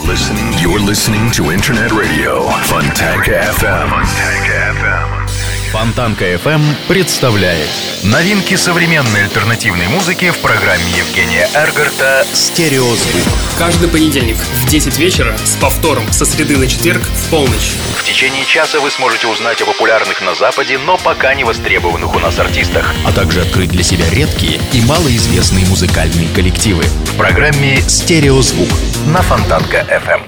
You're listening to Internet Radio Fontanka FM. Фонтанка FM представляет новинки современной альтернативной музыки в программе Евгения Эргарта «Стереозвук». Каждый понедельник в 10 вечера с повтором со среды на четверг в полночь. В течение часа вы сможете узнать о популярных на Западе, но пока не востребованных у нас артистах, а также открыть для себя редкие и малоизвестные музыкальные коллективы в программе «Стереозвук» на Фонтанка FM.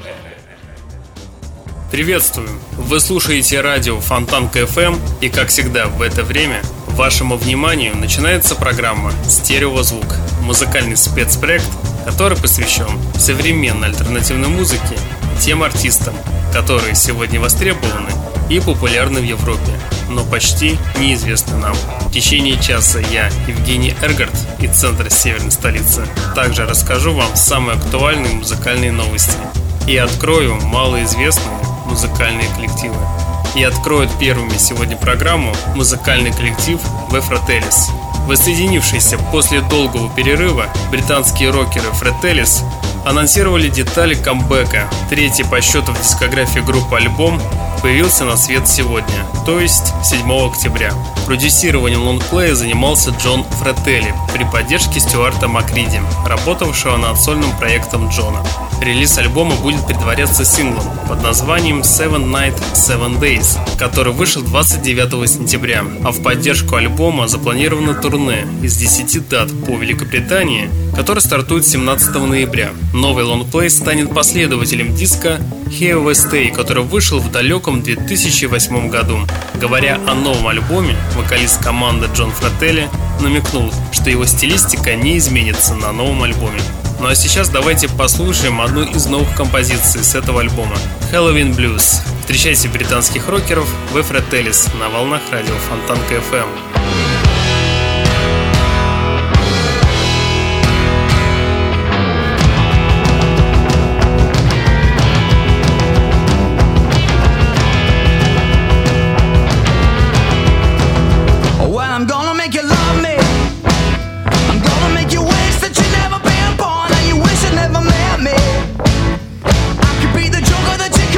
Приветствую! Вы слушаете радио Фонтанка FM, и, как всегда, в это время вашему вниманию начинается программа «Стереозвук», музыкальный спецпроект, который посвящен современной альтернативной музыке, тем артистам, которые сегодня востребованы и популярны в Европе, но почти неизвестны нам. В течение часа я, Евгений Эргарт, из центра северной столицы, также расскажу вам самые актуальные музыкальные новости и открою малоизвестные музыкальные коллективы. И откроют первыми сегодня программу музыкальный коллектив The Fratellis. Воссоединившиеся после долгого перерыва британские рокеры Fratellis анонсировали детали камбэка. Третий по счету в дискографии группы альбом появился на свет сегодня, то есть 7 октября. Продюсированием лонгплея занимался Джон Фрателли при поддержке Стюарта Макриди, работавшего над сольным проектом Джона. Релиз альбома будет предваряться синглом под названием Seven Night, Seven Days, который вышел 29 сентября, а в поддержку альбома запланировано турне из 10 дат по Великобритании, который стартует 17 ноября. Новый лонгплей станет последователем диска Here We Stay, который вышел в далеком 2008 году. Говоря о новом альбоме, вокалист команды Джон Фрателли намекнул, что его стилистика не изменится на новом альбоме. Ну а сейчас давайте послушаем одну из новых композиций с этого альбома – Halloween Blues. Встречайте британских рокеров The Fratellis на волнах радио Фонтанка FM.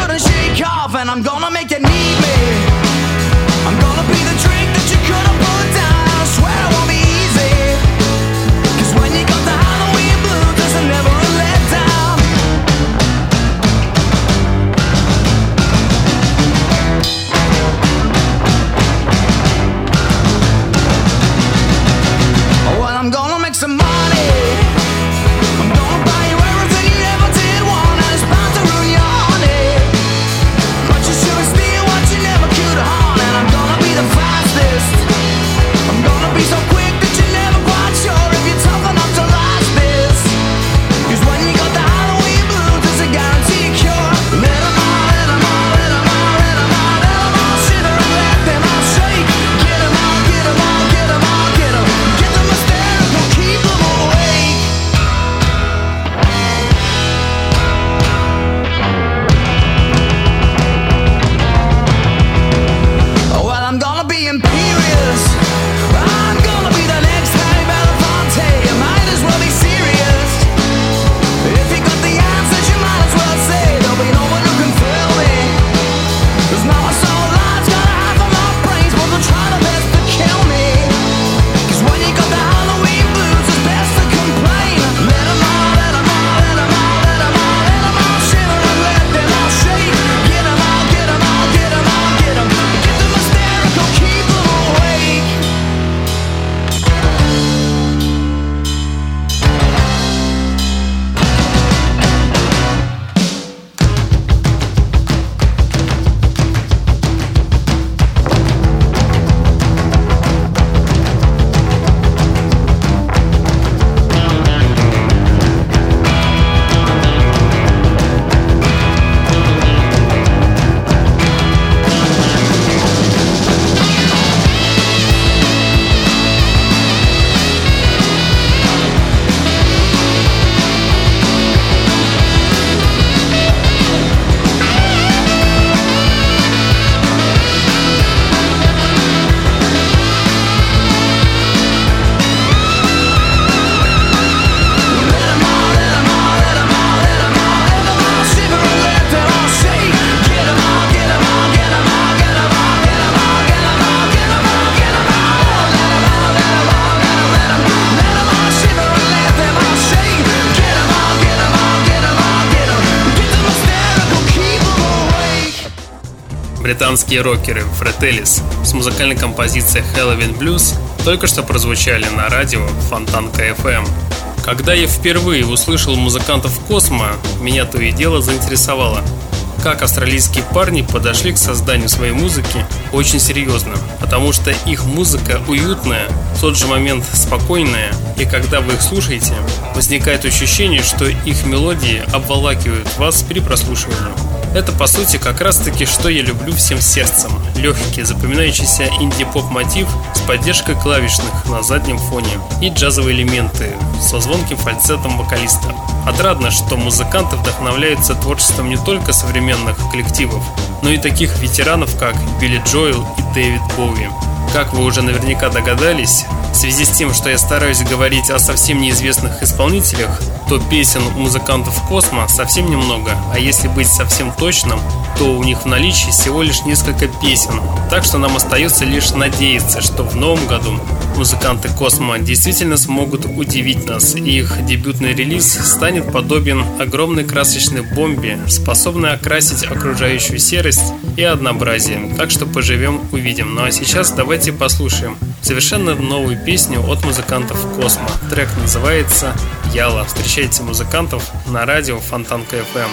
And I'm gonna make you need me. I'm gonna be the drink that you couldn't put Британские рокеры Fratellis с музыкальной композицией Halloween Blues только что прозвучали на радио Фонтанка FM. Когда я впервые услышал музыкантов Космо, меня то и дело заинтересовало, как австралийские парни подошли к созданию своей музыки очень серьезно, потому что их музыка уютная, в тот же момент спокойная, и когда вы их слушаете, возникает ощущение, что их мелодии обволакивают вас при прослушивании. Это по сути как раз таки, что я люблю всем сердцем. Легкий, запоминающийся инди-поп мотив с поддержкой клавишных на заднем фоне и джазовые элементы со звонким фальцетом вокалиста. Отрадно, что музыканты вдохновляются творчеством не только современных коллективов, но и таких ветеранов, как Билли Джоэл и Дэвид Боуи. Как вы уже наверняка догадались, в связи с тем, что я стараюсь говорить о совсем неизвестных исполнителях, то песен у музыкантов Космо совсем немного, а если быть совсем точным, то у них в наличии всего лишь несколько песен. Так что нам остается лишь надеяться, что в новом году музыканты Космо действительно смогут удивить нас, и их дебютный релиз станет подобен огромной красочной бомбе, способной окрасить окружающую серость и однообразие. Так что поживем, увидим. Ну а сейчас давайте послушаем совершенно новую песню от музыкантов Космо. Трек называется «Яла». Встречайте музыкантов на радио Фонтанка FM.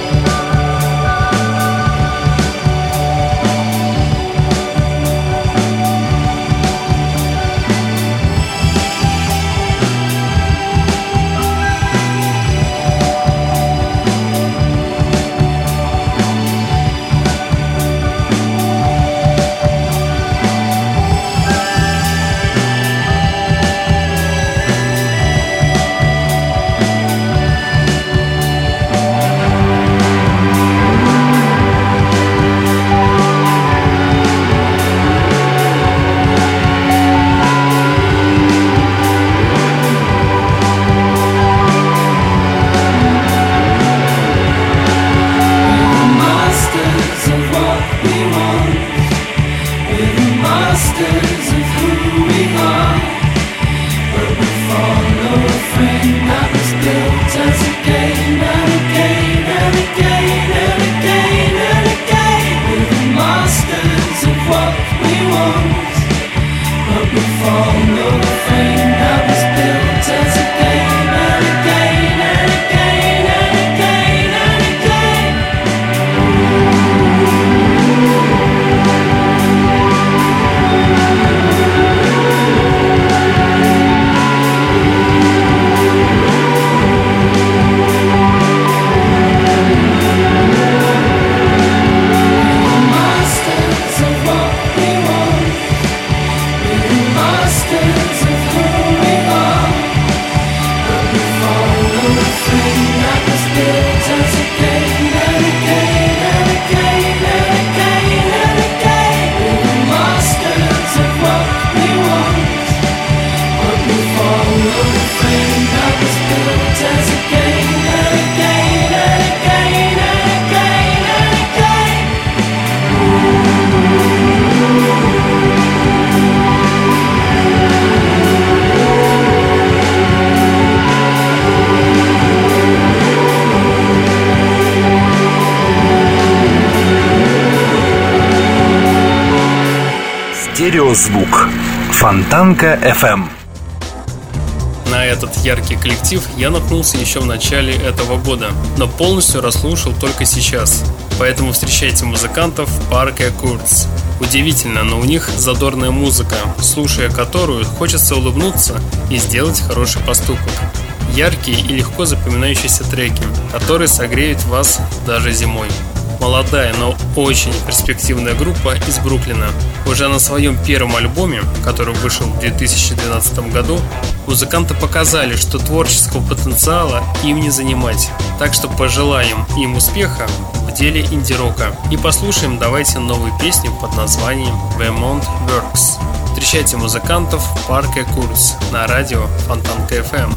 Стереозвук. Фонтанка FM. На этот яркий коллектив я наткнулся еще в начале этого года, но полностью расслушал только сейчас. Поэтому встречайте музыкантов Parquet Courts. Удивительно, но у них задорная музыка, слушая которую хочется улыбнуться и сделать хороший поступок. Яркие и легко запоминающиеся треки, которые согреют вас даже зимой. Молодая, но очень перспективная группа из Бруклина. Уже на своем первом альбоме, который вышел в 2012 году, музыканты показали, что творческого потенциала им не занимать. Так что пожелаем им успеха в деле инди-рока. И послушаем давайте новую песню под названием Vermont Works. Встречайте музыкантов Parquet Courts на радио Фонтанка FM.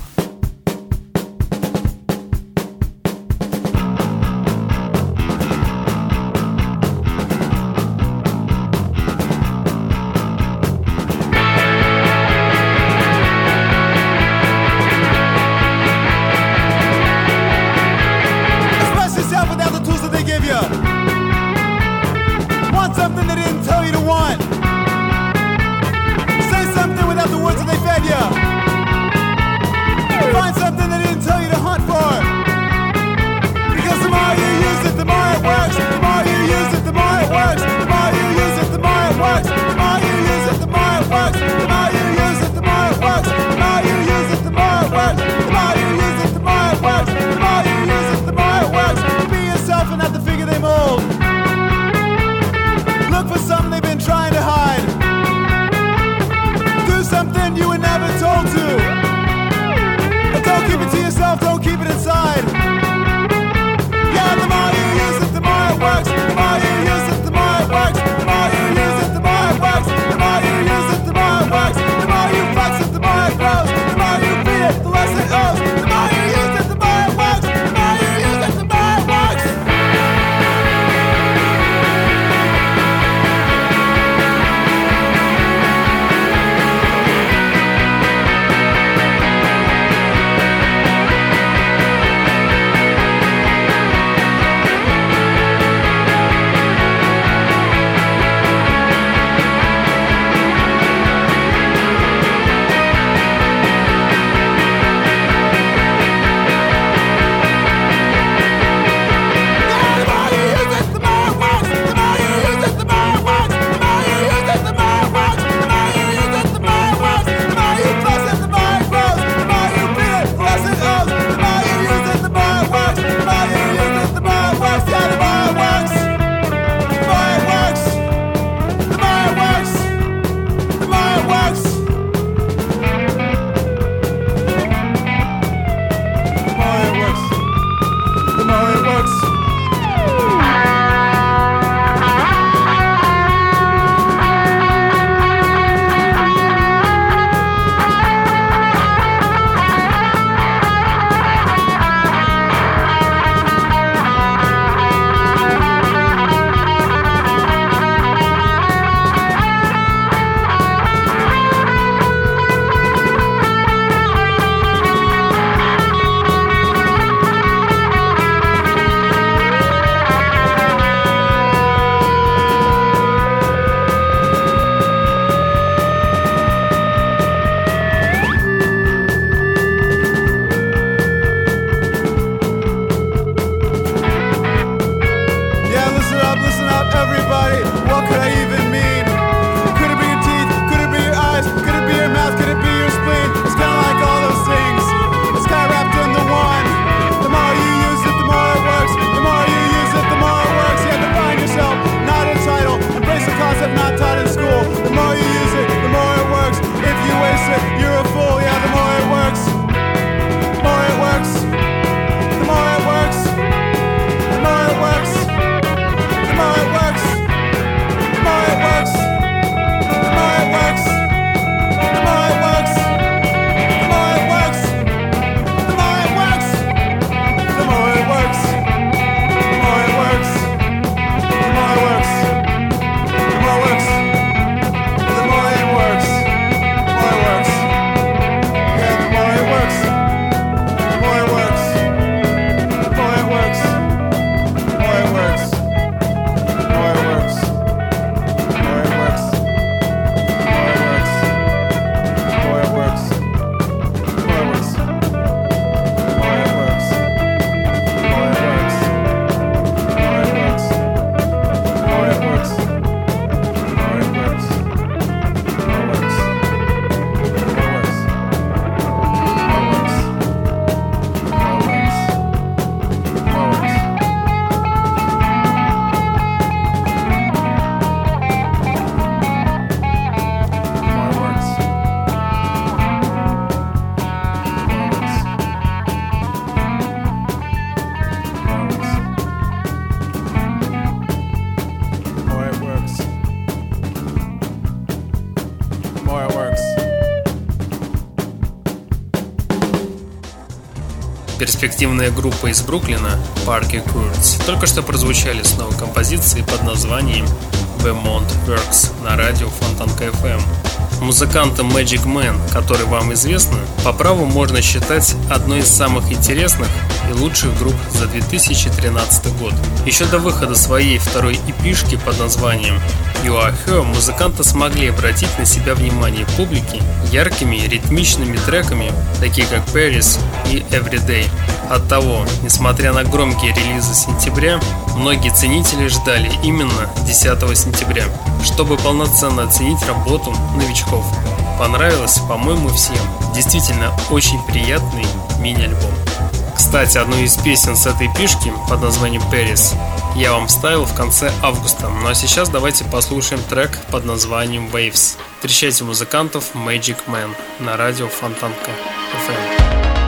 Перспективная группа из Бруклина Parquet Courts только что прозвучали с новой композицией под названием Vermont Works на радио Фонтанка FM. Музыканта Magic Man, который вам известно, по праву можно считать одной из самых интересных и лучших групп за 2013 год. Еще до выхода своей второй эпишки под названием You Are Her музыканты смогли обратить на себя внимание публики яркими ритмичными треками, такие как Paris и Everyday. Оттого, несмотря на громкие релизы сентября, многие ценители ждали именно 10 сентября, чтобы полноценно оценить работу новичков. Понравилось, по-моему, всем. Действительно, очень приятный мини-альбом. Кстати, одну из песен с этой эпишки под названием Paris я вам вставил в конце августа. Ну а сейчас давайте послушаем трек под названием Waves. Встречайте музыкантов Magic Man на радио Фонтанка FM.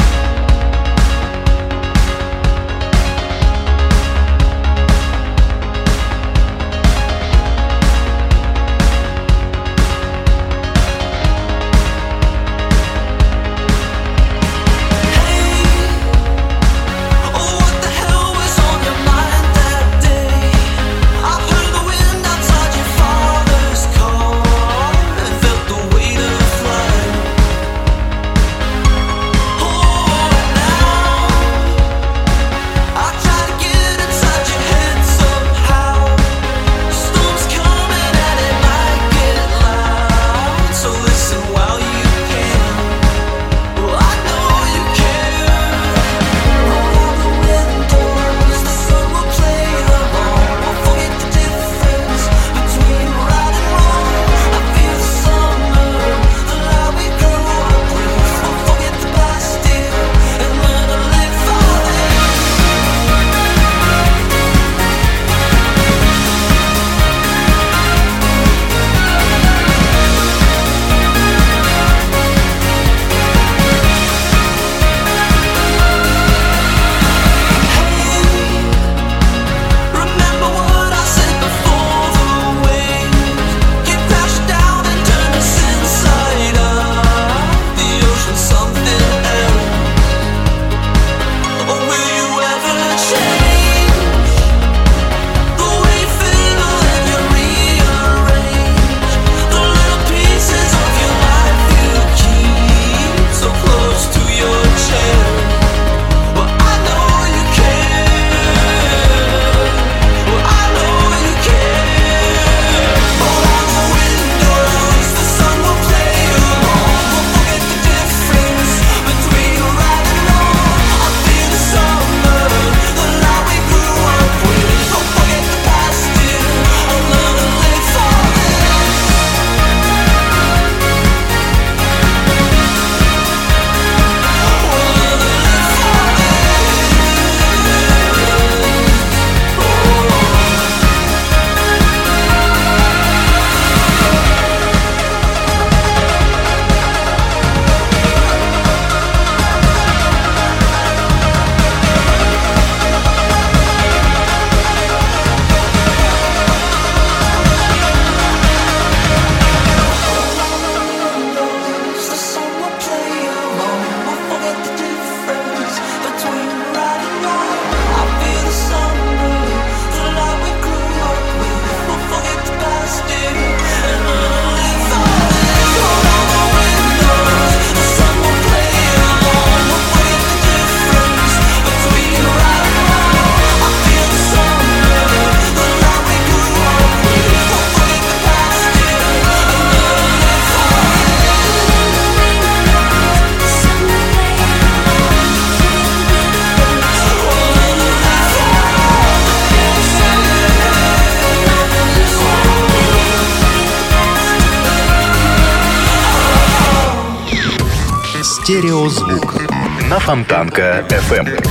Стереозвук на Фонтанка FM.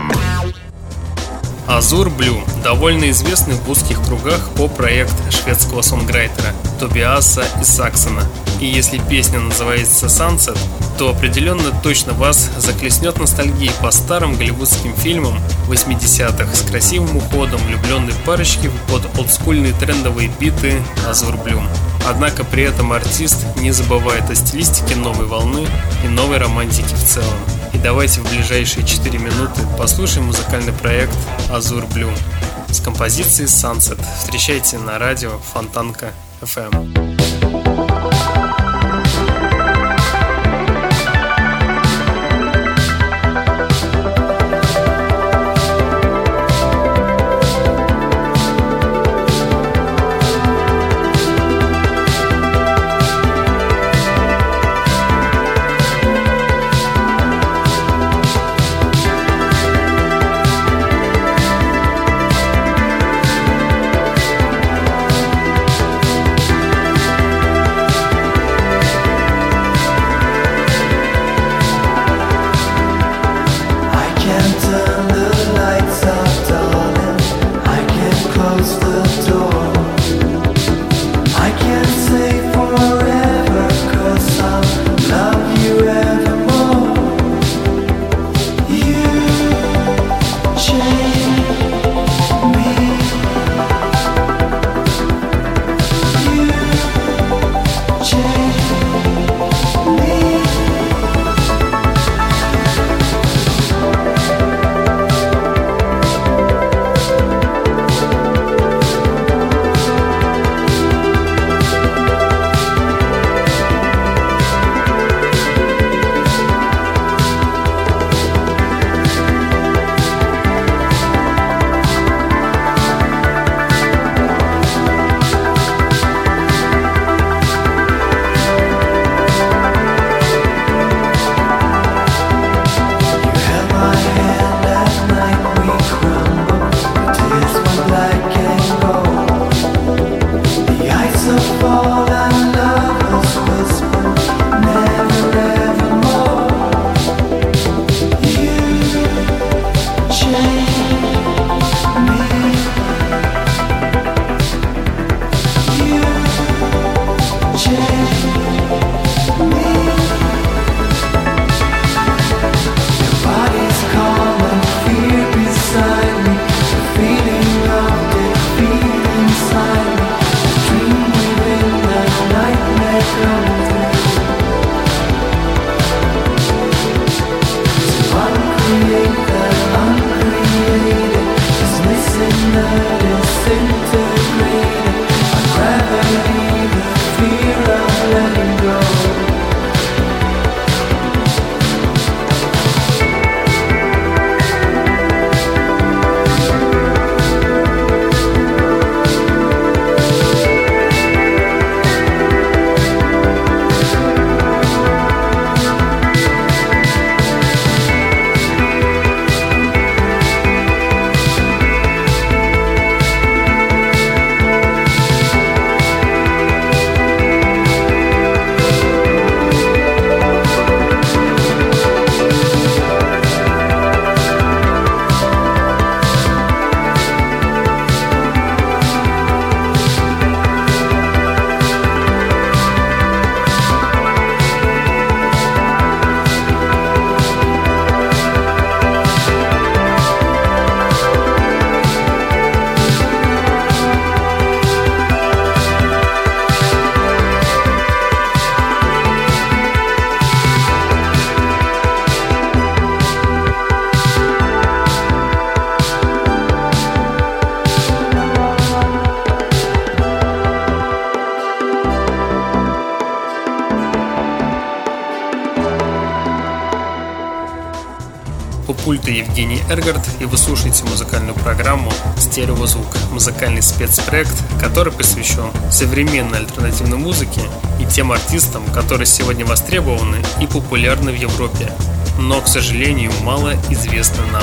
Azure Blue – довольно известный в узких кругах поп-проект шведского сонграйтера Тобиаса Исаксона. И если песня называется Sunset, то определенно точно вас захлестнет ностальгией по старым голливудским фильмам 80-х с красивым уходом влюбленной парочки под олдскульные трендовые биты Azure Blue. Однако при этом артист не забывает о стилистике новой волны и новой романтики в целом. И давайте в ближайшие 4 минуты послушаем музыкальный проект Azure Blue с композицией Sunset. Встречайте на радио Фонтанка FM. У пульта Евгений Эргард, и вы слушаете музыкальную программу «Стереозвук», музыкальный спецпроект, который посвящен современной альтернативной музыке и тем артистам, которые сегодня востребованы и популярны в Европе, но, к сожалению, мало известны нам.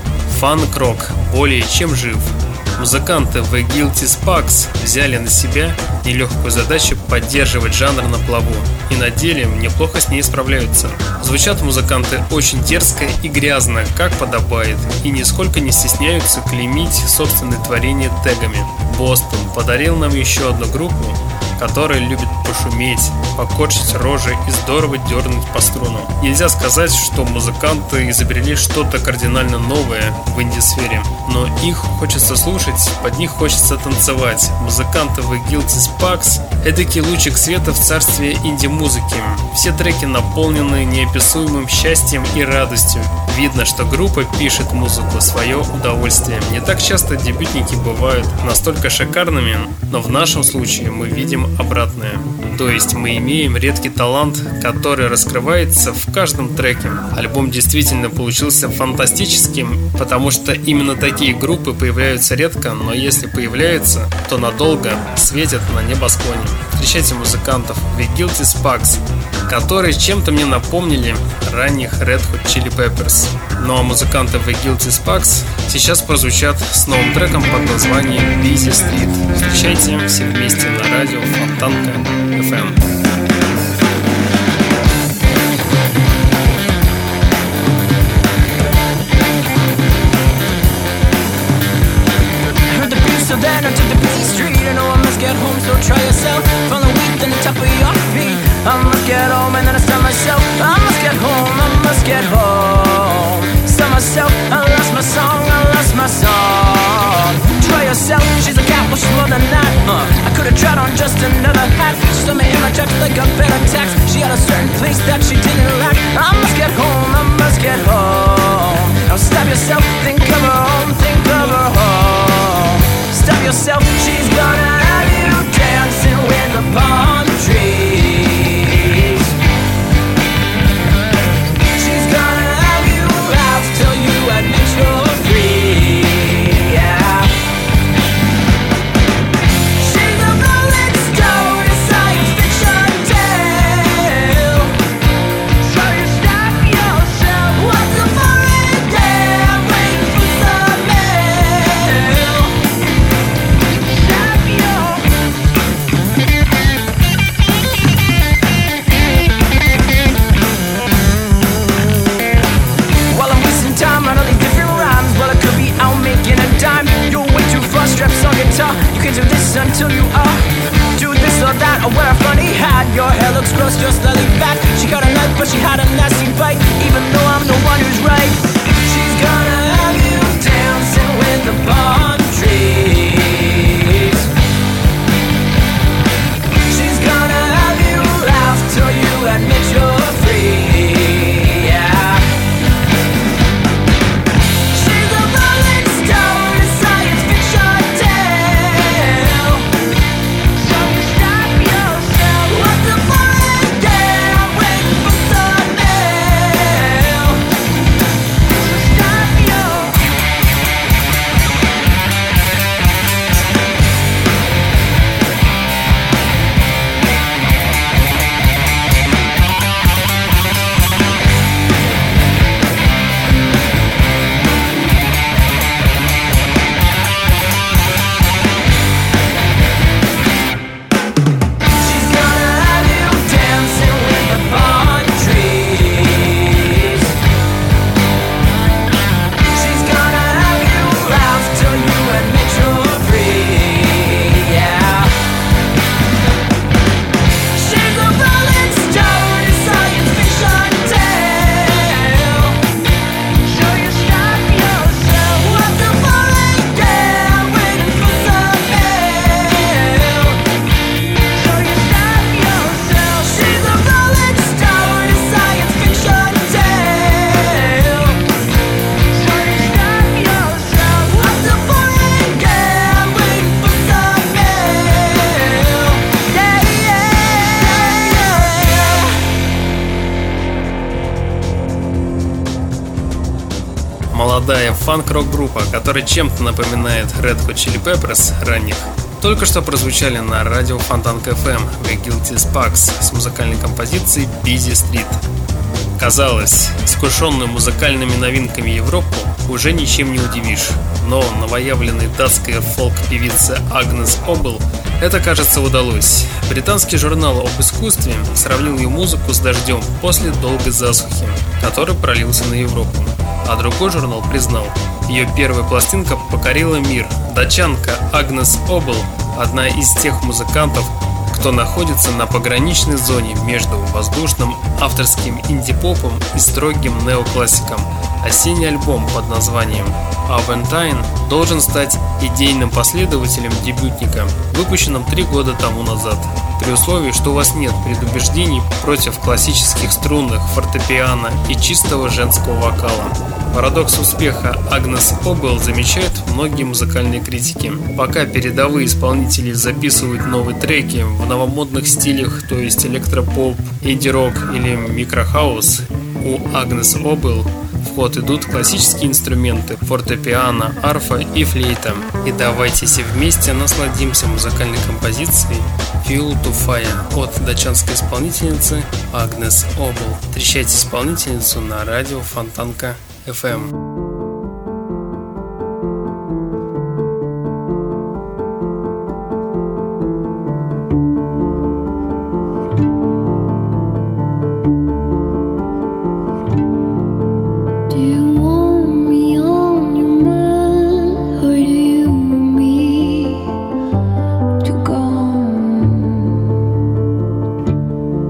Фанк-рок более чем жив. Музыканты The Guilty Sparks взяли на себя нелегкую задачу поддерживать жанр на плаву, и на деле неплохо с ней справляются. Звучат музыканты очень дерзко и грязно, как подобает, и нисколько не стесняются клеймить собственные творения тегами. Бостон подарил нам еще одну группу, который любит пошуметь, покорчить рожи и здорово дернуть по струнам. Нельзя сказать, что музыканты изобрели что-то кардинально новое в инди-сфере, но их хочется слушать, под них хочется танцевать. Музыканты The Guilty Sparks — эдакий лучик света в царстве инди-музыки. Все треки наполнены неописуемым счастьем и радостью. Видно, что группа пишет музыку в свое удовольствие. Не так часто дебютники бывают настолько шикарными, но в нашем случае мы видим обратное. То есть мы имеем редкий талант, который раскрывается в каждом треке. Альбом действительно получился фантастическим, потому что именно такие группы появляются редко, но если появляются, то надолго светят на небосклоне. Встречайте музыкантов The Guilty Sparks, которые чем-то мне напомнили ранних Red Hot Chili Peppers. Ну а музыканты The Guilty Sparks сейчас прозвучат с новым треком под названием Busy Street. Встречайте все вместе на радио Фонтанка FM. So then I took the busy street. I know I must get home, so try yourself. From the weak, then the top of your feet. I must get home and then I start myself. I must get home, I must get home. Start myself, I lost my song, I lost my song. Try yourself, she's a cat, but she's more than that. I could've tried on just another hat. She saw me in my tracks like a better tax. She had a certain place that she didn't lack. I must get home, I must get home. Now stop yourself, think of her home, think of her home. Stop yourself, she's gonna have you dancing with the palm trees. She's gonna have you out till you admit you're free, yeah. She's a rolling stone, a science fiction tale. So you stop yourself, what's the foreign day? I'm waiting for some mail. While I'm wasting time on all these different rhymes, well I could be out making a dime. You're way too far, straps on guitar. You can't do this until you are. Do this or that, or wear a funny hat. Your hair looks gross, you're slightly fat. She got a knife, but she had a nasty bite. Even though I'm the one who's right. She's gonna have you dancing with the palm trees. She's gonna have you laugh till you admit you're free, yeah. She's a rolling stone, a science fiction tale. So stop yourself, what's the foreign day? I'm waiting for some mail. So stop yourself. She's gonna have you dancing with the palm trees. She's gonna have you laugh till you admit you're free, yeah. She's a rolling stone, a science fiction tale. So you stop yourself, what's the foreign day? I'm waiting for some mail. So you stop yourself. She's a rolling stone, a science fiction tale. So you stop yourself. What's the foreign day? I'm waiting for some mail. Yeah, Молодая фанк-рок-группа, которая чем-то напоминает Red Hot Chili Peppers ранних, только что прозвучали на радио Фонтанка FM The Guilty Sparks с музыкальной композицией Busy Street. Казалось, искушенную музыкальными новинками Европу уже ничем не удивишь, но новоявленной датской фолк-певице Агнес Обл это, кажется, удалось. Британский журнал об искусстве сравнил ее музыку с дождем после долгой засухи, который пролился на Европу. А другой журнал признал, ее первая пластинка покорила мир. Датчанка Агнес Обл – одна из тех музыкантов, кто находится на пограничной зоне между воздушным авторским инди-попом и строгим неоклассиком. Осенний альбом под названием Aventine должен стать идейным последователем дебютника, выпущенным 3 года тому назад, при условии, что у вас нет предубеждений против классических струнных, фортепиано и чистого женского вокала. Парадокс успеха Агнес Обелл замечают многие музыкальные критики. Пока передовые исполнители записывают новые треки в новомодных стилях, то есть электропоп, инди-рок или микрохаус, у Агнес Обелл в ход идут классические инструменты – фортепиано, арфа и флейта. И давайте все вместе насладимся музыкальной композицией «Fuel to Fire» от датчанской исполнительницы Агнес Обелл. Встречайте исполнительницу на радио Фонтанка FM.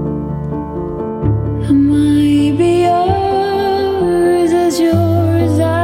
Yours as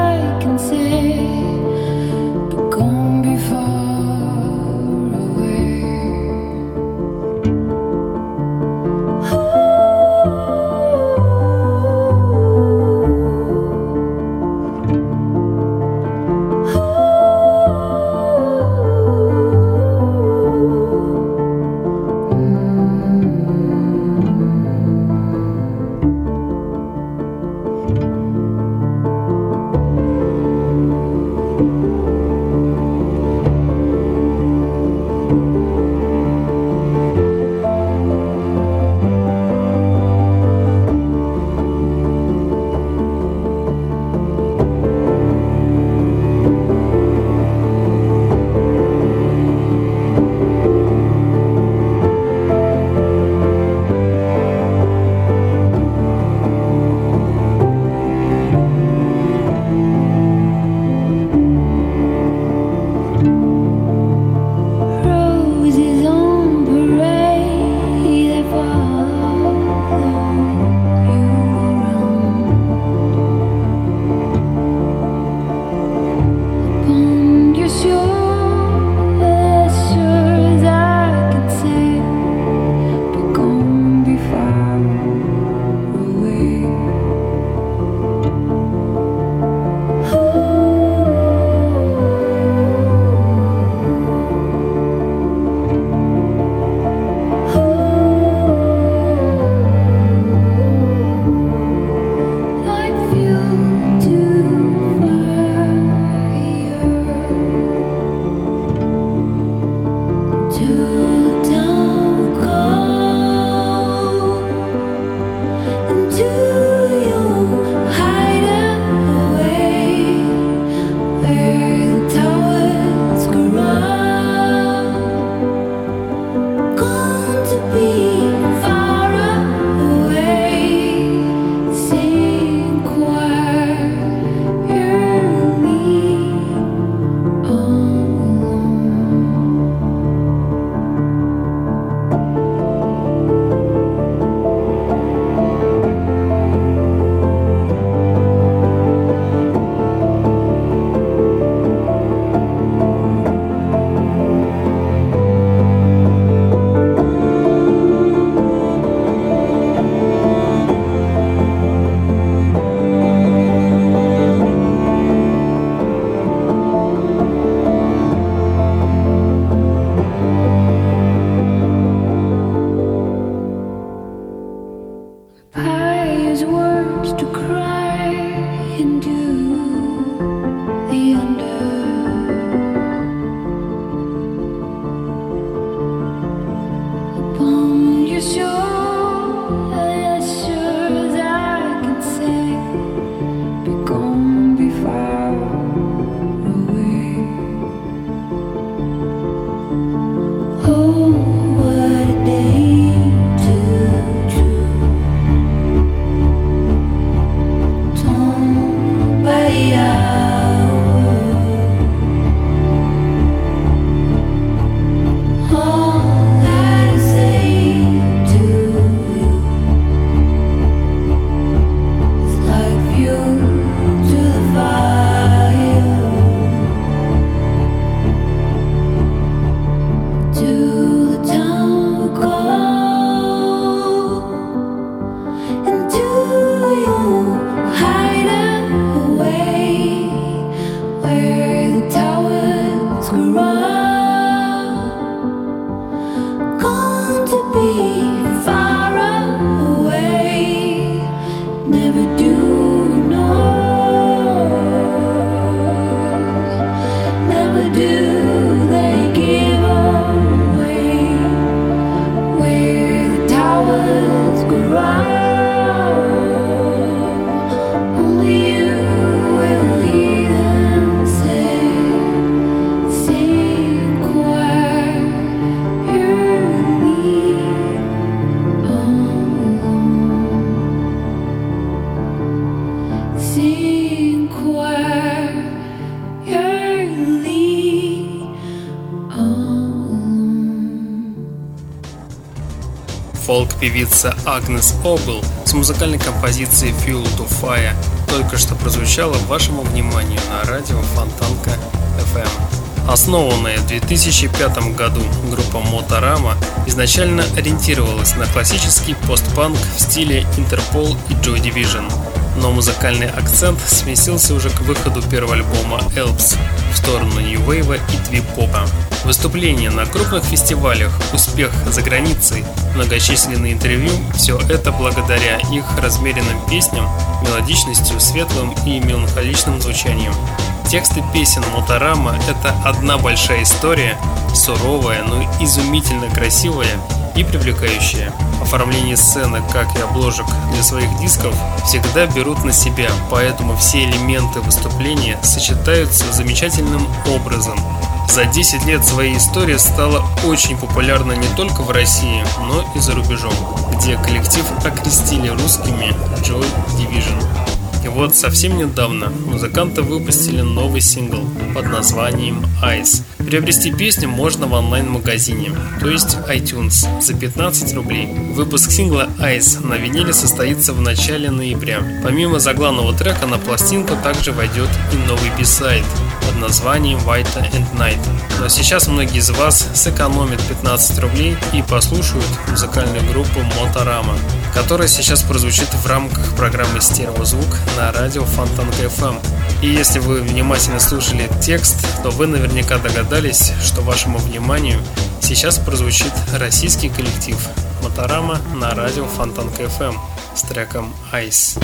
фолк-певица Агнес Огл с музыкальной композицией Fuel to Fire только что прозвучала вашему вниманию на радио Фонтанка FM. Основанная в 2005 году группа Motorama изначально ориентировалась на классический постпанк в стиле Interpol и Joy Division, но музыкальный акцент сместился уже к выходу первого альбома Elps в сторону нью-вейва и твип-попа. Выступления на крупных фестивалях, успех за границей, многочисленные интервью – все это благодаря их размеренным песням, мелодичностью, светлым и меланхоличным звучанием. Тексты песен Motorama – это одна большая история, суровая, но изумительно красивая и привлекающая. Оформление сцены, как и обложек для своих дисков, всегда берут на себя, поэтому все элементы выступления сочетаются замечательным образом. За 10 лет своей истории стала очень популярна не только в России, но и за рубежом, где коллектив окрестили русскими Joy Division. И вот совсем недавно музыканты выпустили новый сингл под названием Ice. Приобрести песню можно в онлайн-магазине, то есть iTunes, за 15 рублей. Выпуск сингла Ice на виниле состоится в начале ноября. Помимо заглавного трека на пластинку также войдет и новый бисайд под названием White and Night. Но сейчас многие из вас сэкономят 15 рублей и послушают музыкальную группу Motorama, которая сейчас прозвучит в рамках программы «Стереозвук» на радио Фонтанка FM. И если вы внимательно слушали текст, то вы наверняка догадались, что вашему вниманию сейчас прозвучит российский коллектив Motorama на радио Фонтанка FM с треком Ice.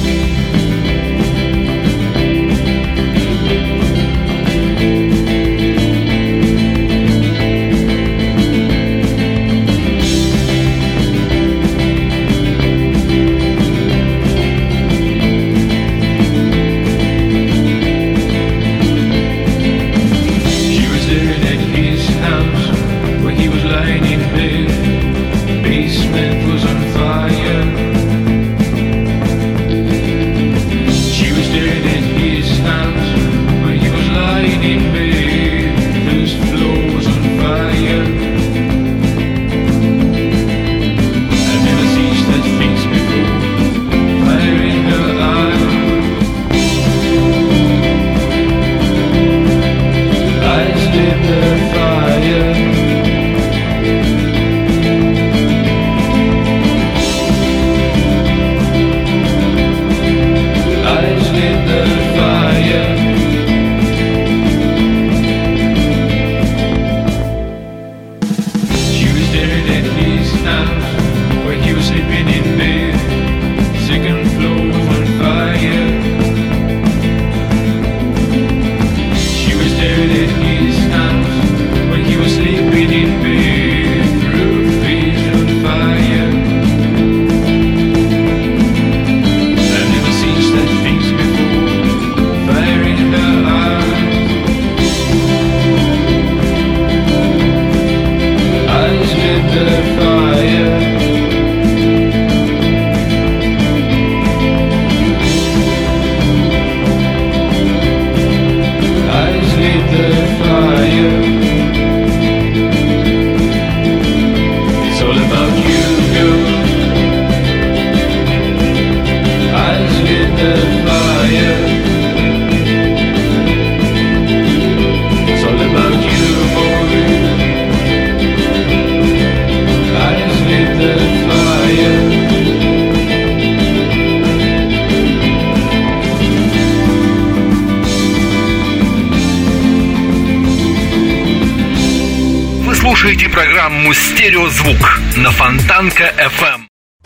Слушайте программу «Стереозвук» на Фонтанка FM.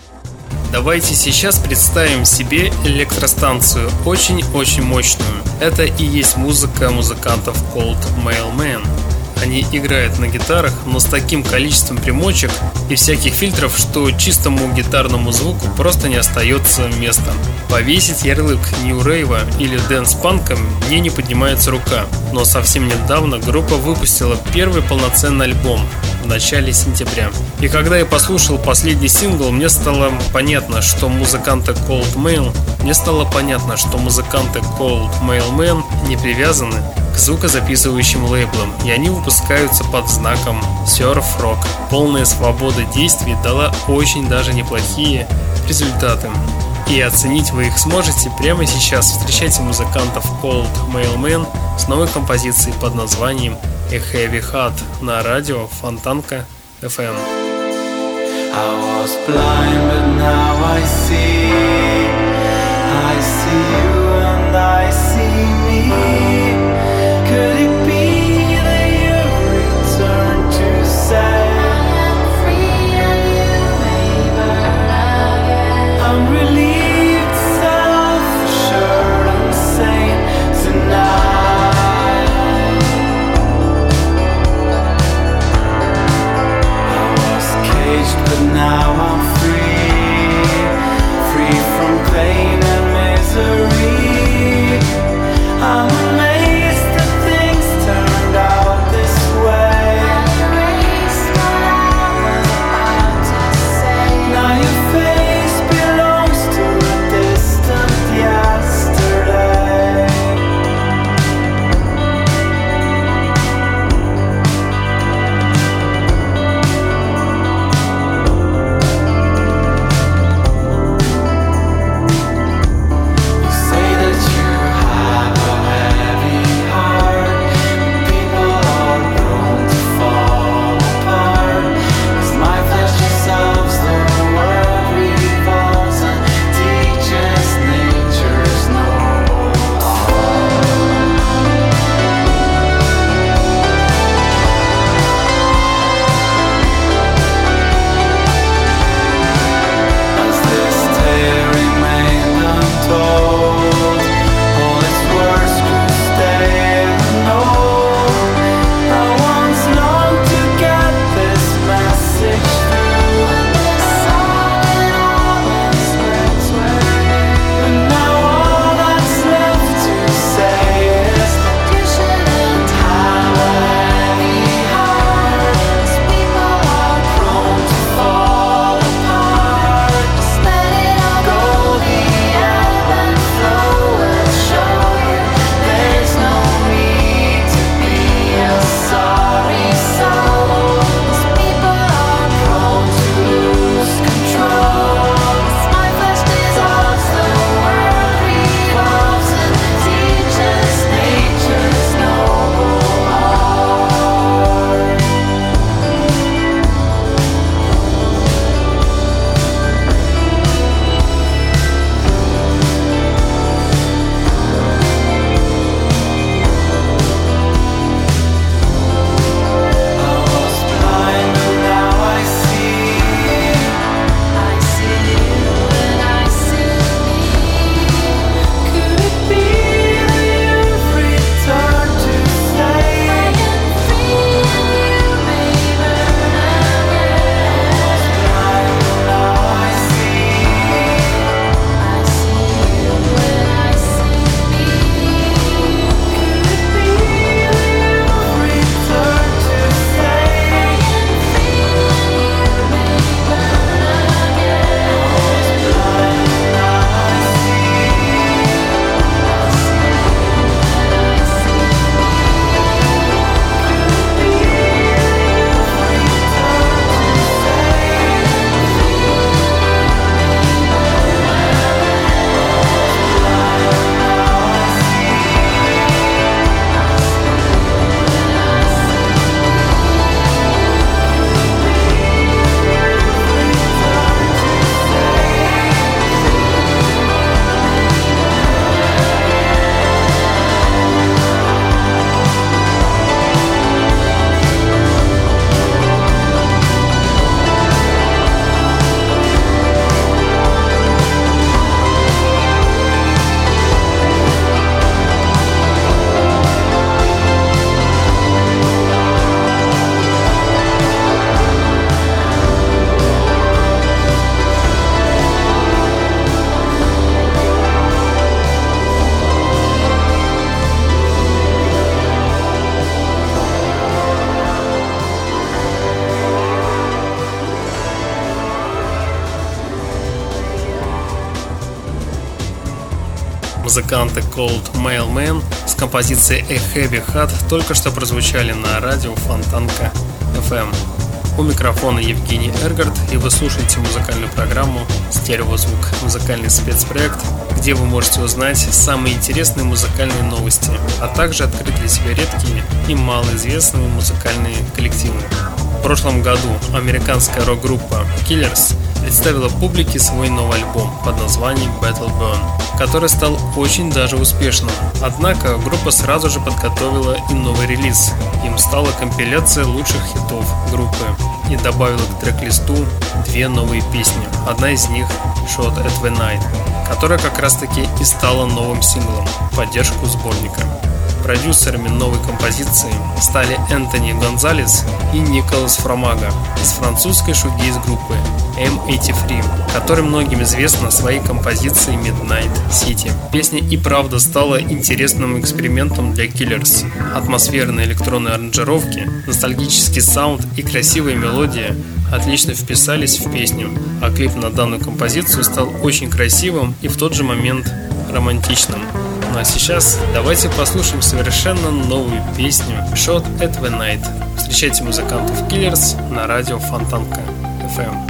Давайте сейчас представим себе электростанцию, очень-очень мощную. Это и есть музыка музыкантов Cold Mailman. Они играют на гитарах, но с таким количеством примочек и всяких фильтров, что чистому гитарному звуку просто не остается места. Повесить ярлык New Rave или Dance Punk мне не поднимается рука, но совсем недавно группа выпустила первый полноценный альбом в начале сентября. И когда я послушал последний сингл, мне стало понятно, что музыканты Cold Mail Man не привязаны к звукозаписывающим лейблам, и они выпускаются под знаком Surf Rock. Полная свобода действий дала очень даже неплохие результаты. И оценить вы их сможете прямо сейчас. Встречайте музыкантов Cold Mail Man с новой композицией под названием A Heavy Heart на радио Фонтанка FM. I was blind, but now I see you and I see me. Could it be that you return to say I'm free and you may burn again? I'm relieved, self-assured, I'm sane tonight. I was caged, but now I'm free from pain and misery. музыканты Cold Mailman с композицией A Heavy Heart только что прозвучали на радио Фонтанка FM. У микрофона Евгений Эргард, и вы слушаете музыкальную программу «Стереозвук», музыкальный спецпроект, где вы можете узнать самые интересные музыкальные новости, а также открыть для себя редкие и малоизвестные музыкальные коллективы. В прошлом году американская рок-группа Killers представила публике свой новый альбом под названием Battle Burn, который стал очень даже успешным. Однако группа сразу же подготовила и новый релиз. Им стала компиляция лучших хитов группы и добавила к трек-листу 2 новые песни. Одна из них Shot at the Night, которая как раз таки и стала новым синглом в поддержку сборника. Продюсерами новой композиции стали Энтони Гонзалес и Николас Фромага из французской шугейз-группы M83, которая многим известна своей композицией Midnight City. Песня и правда стала интересным экспериментом для Killers. Атмосферные электронные аранжировки, ностальгический саунд и красивая мелодия отлично вписались в песню, а клип на данную композицию стал очень красивым и в тот же момент романтичным. Ну а сейчас давайте послушаем совершенно новую песню Shot at the Night. Встречайте музыкантов Killers на радио Фонтанка FM.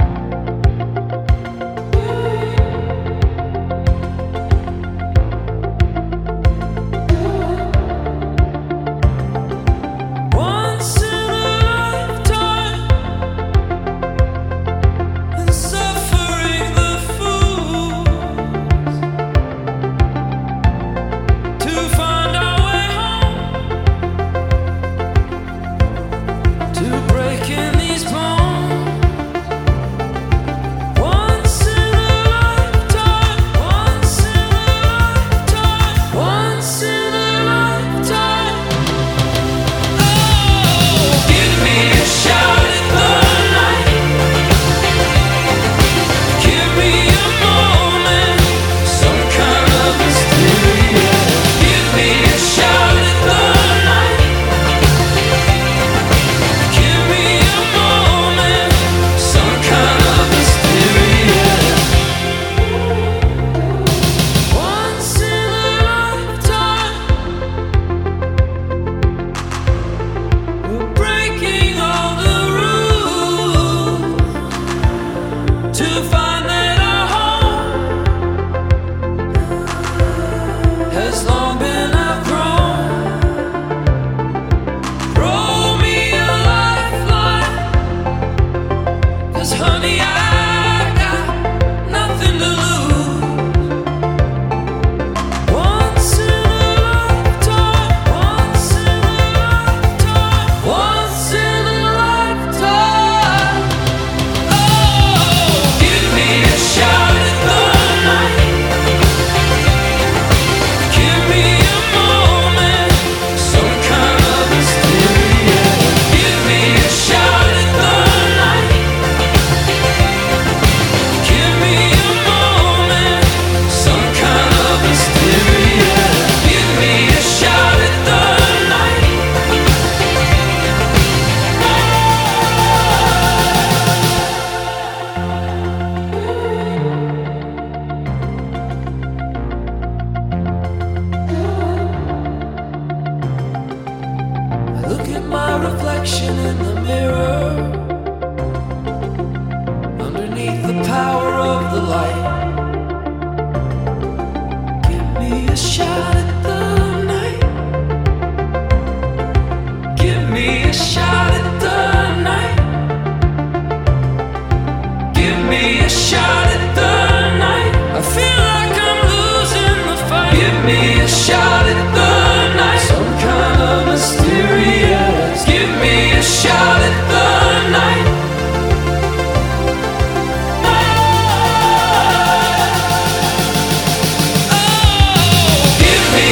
Give me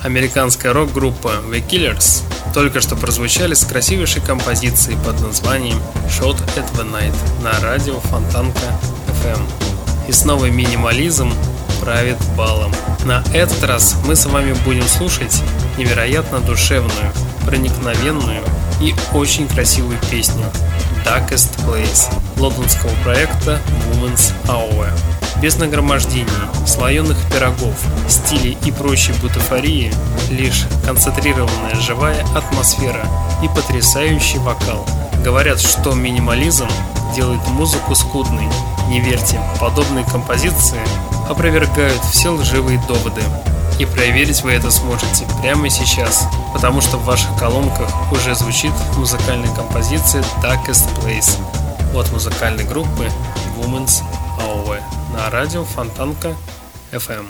Американская рок-группа The Killers только что прозвучали с красивейшей композицией под названием Shot at the Night на радио Фонтанка FM. И снова минимализм правит балом. На этот раз мы с вами будем слушать невероятно душевную, проникновенную и очень красивую песню Darkest Place лондонского проекта Women's Hour. Без нагромождений, слоеных пирогов, стилей и прочей бутафории, лишь концентрированная живая атмосфера и потрясающий вокал. Говорят, что минимализм делает музыку скудной. Не верьте, подобные композиции опровергают все лживые доводы. И проверить вы это сможете прямо сейчас, потому что в ваших колонках уже звучит музыкальная композиция Darkest Place от музыкальной группы Women's Hour на радио Фонтанка FM.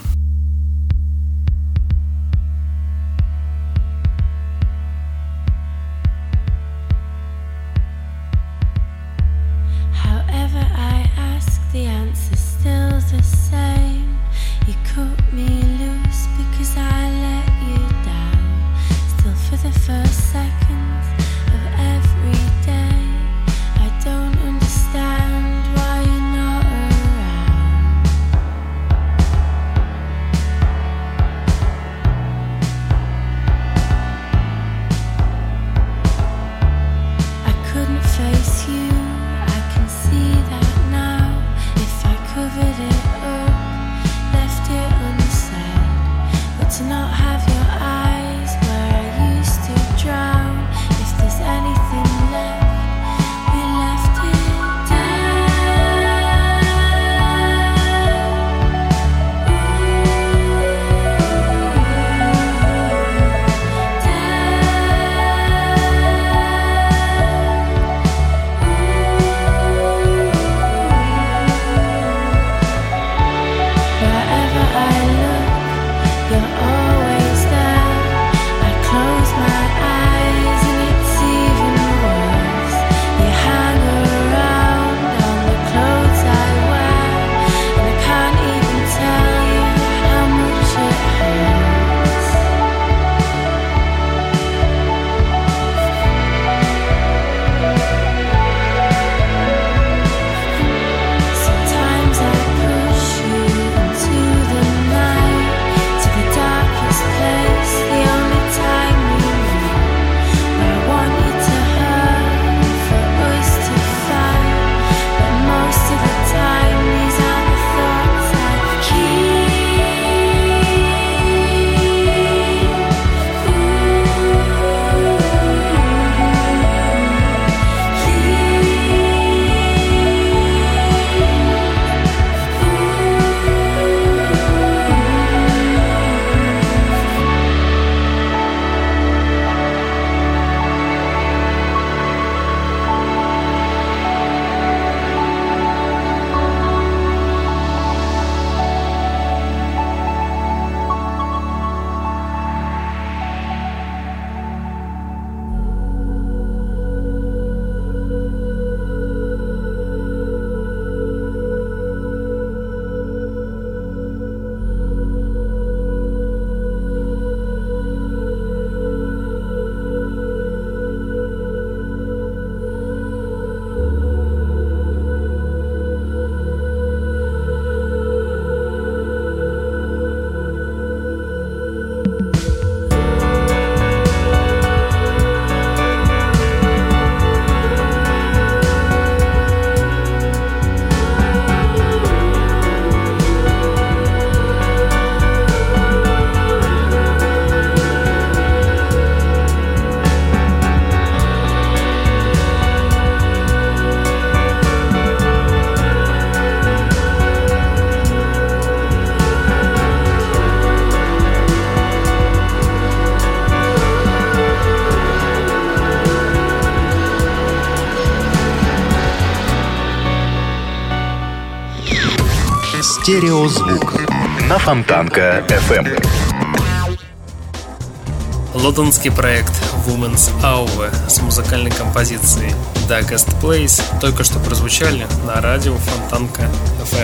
Стереозвук на Фонтанка FM. Лондонский проект Women's Hour с музыкальной композицией Darkest Place только что прозвучали на радио Фонтанка FM.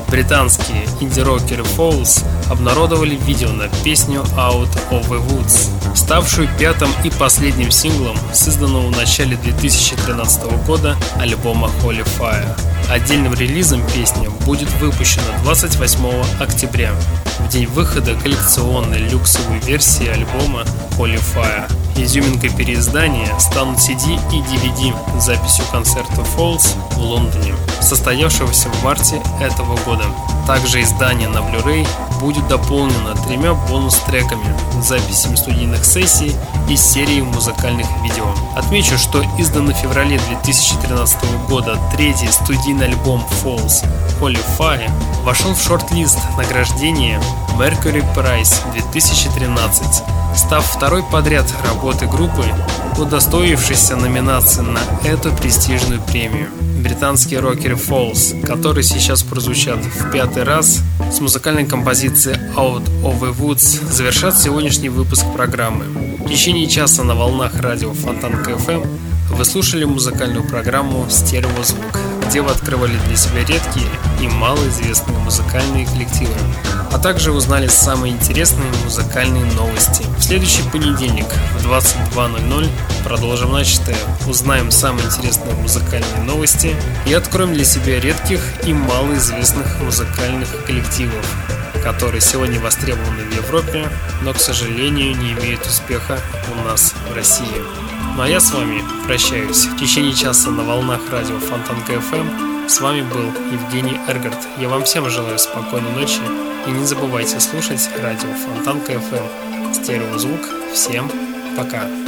Британские инди-рокеры Falls обнародовали видео на песню Out of the Woods, ставшую пятым и последним синглом с изданного в начале 2013 года альбома Holy Fire. Отдельным релизом песня будет выпущена 28 октября, в день выхода коллекционной люксовой версии альбома Holy Fire. Изюминкой переиздания станут CD и DVD с записью концерта Falls в Лондоне, состоявшегося в марте этого года. Также издание на Blu-ray будет дополнено 3 бонус-треками, записями студийных сессий и серией музыкальных видео. Отмечу, что изданный в феврале 2013 года третий студийный альбом Falls Holy Fire вошел в шорт-лист награждения Mercury Prize 2013, став второй подряд работы группы, удостоившейся номинации на эту престижную премию. Британские рокеры Falls, которые сейчас прозвучат в 5-й раз, с музыкальной композицией Out of the Woods завершат сегодняшний выпуск программы. В течение часа на волнах радио Фонтанка FM вы слушали музыкальную программу «Стереозвук», где вы открывали для себя редкие и малоизвестные музыкальные коллективы, а также узнали самые интересные музыкальные новости. В следующий понедельник в 22:00 продолжим начатое, узнаем самые интересные музыкальные новости и откроем для себя редких и малоизвестных музыкальных коллективов, которые сегодня востребованы в Европе, но, к сожалению, не имеют успеха у нас в России. Ну а я с вами прощаюсь. В течение часа на волнах радио Фонтанка FM с вами был Евгений Эргард. Я вам всем желаю спокойной ночи и не забывайте слушать радио Фонтанка FM. Стереозвук. Всем пока.